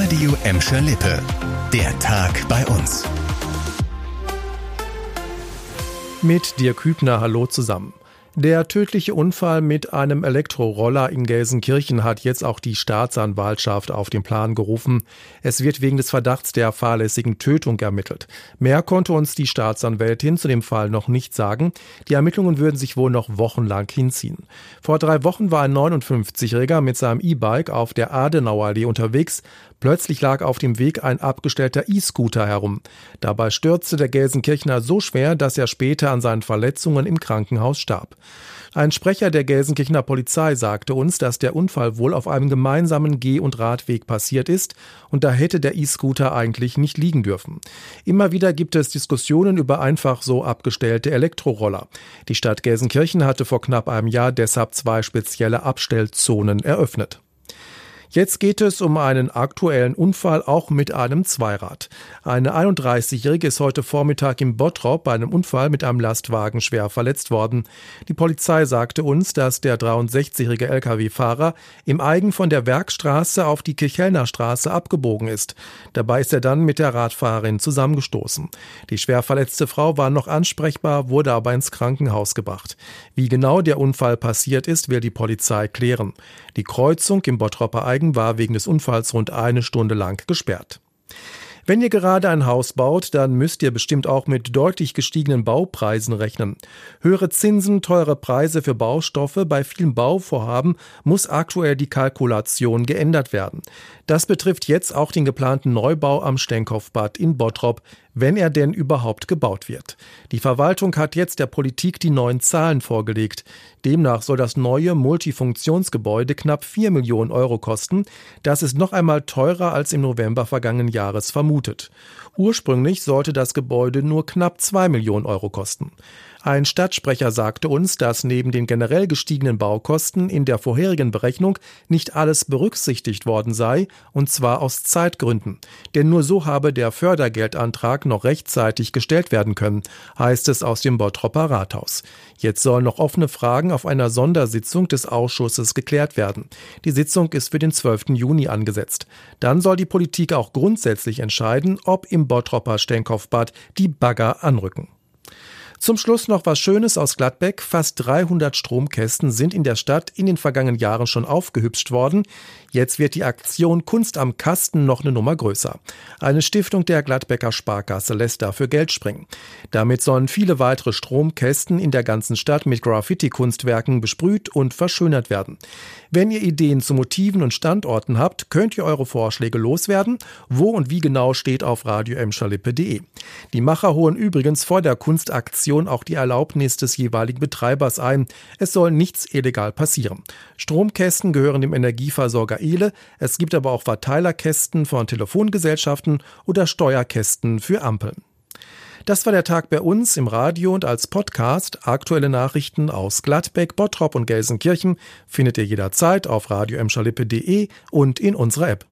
Radio Emscher Lippe. Der Tag bei uns. Mit Dirk Hübner, hallo zusammen. Der tödliche Unfall mit einem Elektroroller in Gelsenkirchen hat jetzt auch die Staatsanwaltschaft auf den Plan gerufen. Es wird wegen des Verdachts der fahrlässigen Tötung ermittelt. Mehr konnte uns die Staatsanwältin zu dem Fall noch nicht sagen. Die Ermittlungen würden sich wohl noch wochenlang hinziehen. Vor 3 Wochen war ein 59-Jähriger mit seinem E-Bike auf der Adenauerallee unterwegs. Plötzlich lag auf dem Weg ein abgestellter E-Scooter herum. Dabei stürzte der Gelsenkirchener so schwer, dass er später an seinen Verletzungen im Krankenhaus starb. Ein Sprecher der Gelsenkirchener Polizei sagte uns, dass der Unfall wohl auf einem gemeinsamen Geh- und Radweg passiert ist und da hätte der E-Scooter eigentlich nicht liegen dürfen. Immer wieder gibt es Diskussionen über einfach so abgestellte Elektroroller. Die Stadt Gelsenkirchen hatte vor knapp einem Jahr deshalb 2 spezielle Abstellzonen eröffnet. Jetzt geht es um einen aktuellen Unfall, auch mit einem Zweirad. Eine 31-Jährige ist heute Vormittag in Bottrop bei einem Unfall mit einem Lastwagen schwer verletzt worden. Die Polizei sagte uns, dass der 63-jährige Lkw-Fahrer im Eigen von der Werkstraße auf die Kirchhellner Straße abgebogen ist. Dabei ist er dann mit der Radfahrerin zusammengestoßen. Die schwer verletzte Frau war noch ansprechbar, wurde aber ins Krankenhaus gebracht. Wie genau der Unfall passiert ist, will die Polizei klären. Die Kreuzung im Bottroper Eigen war wegen des Unfalls rund 1 Stunde lang gesperrt. Wenn ihr gerade ein Haus baut, dann müsst ihr bestimmt auch mit deutlich gestiegenen Baupreisen rechnen. Höhere Zinsen, teure Preise für Baustoffe, bei vielen Bauvorhaben muss aktuell die Kalkulation geändert werden. Das betrifft jetzt auch den geplanten Neubau am Stenkopfbad in Bottrop, wenn er denn überhaupt gebaut wird. Die Verwaltung hat jetzt der Politik die neuen Zahlen vorgelegt. Demnach soll das neue Multifunktionsgebäude knapp 4 Millionen Euro kosten. Das ist noch einmal teurer als im November vergangenen Jahres vermutet. Ursprünglich sollte das Gebäude nur knapp 2 Millionen Euro kosten. Ein Stadtsprecher sagte uns, dass neben den generell gestiegenen Baukosten in der vorherigen Berechnung nicht alles berücksichtigt worden sei, und zwar aus Zeitgründen. Denn nur so habe der Fördergeldantrag noch rechtzeitig gestellt werden können, heißt es aus dem Bottroper Rathaus. Jetzt sollen noch offene Fragen auf einer Sondersitzung des Ausschusses geklärt werden. Die Sitzung ist für den 12. Juni angesetzt. Dann soll die Politik auch grundsätzlich entscheiden, ob im Bottroper Stenkopfbad die Bagger anrücken. Zum Schluss noch was Schönes aus Gladbeck. Fast 300 Stromkästen sind in der Stadt in den vergangenen Jahren schon aufgehübscht worden. Jetzt wird die Aktion Kunst am Kasten noch eine Nummer größer. Eine Stiftung der Gladbecker Sparkasse lässt dafür Geld springen. Damit sollen viele weitere Stromkästen in der ganzen Stadt mit Graffiti-Kunstwerken besprüht und verschönert werden. Wenn ihr Ideen zu Motiven und Standorten habt, könnt ihr eure Vorschläge loswerden. Wo und wie genau steht auf radioemscherlippe.de. Die Macher holen übrigens vor der Kunstaktion auch die Erlaubnis des jeweiligen Betreibers ein. Es soll nichts illegal passieren. Stromkästen gehören dem Energieversorger Ehle. Es gibt aber auch Verteilerkästen von Telefongesellschaften oder Steuerkästen für Ampeln. Das war der Tag bei uns im Radio und als Podcast. Aktuelle Nachrichten aus Gladbeck, Bottrop und Gelsenkirchen findet ihr jederzeit auf radioemscherlippe.de und in unserer App.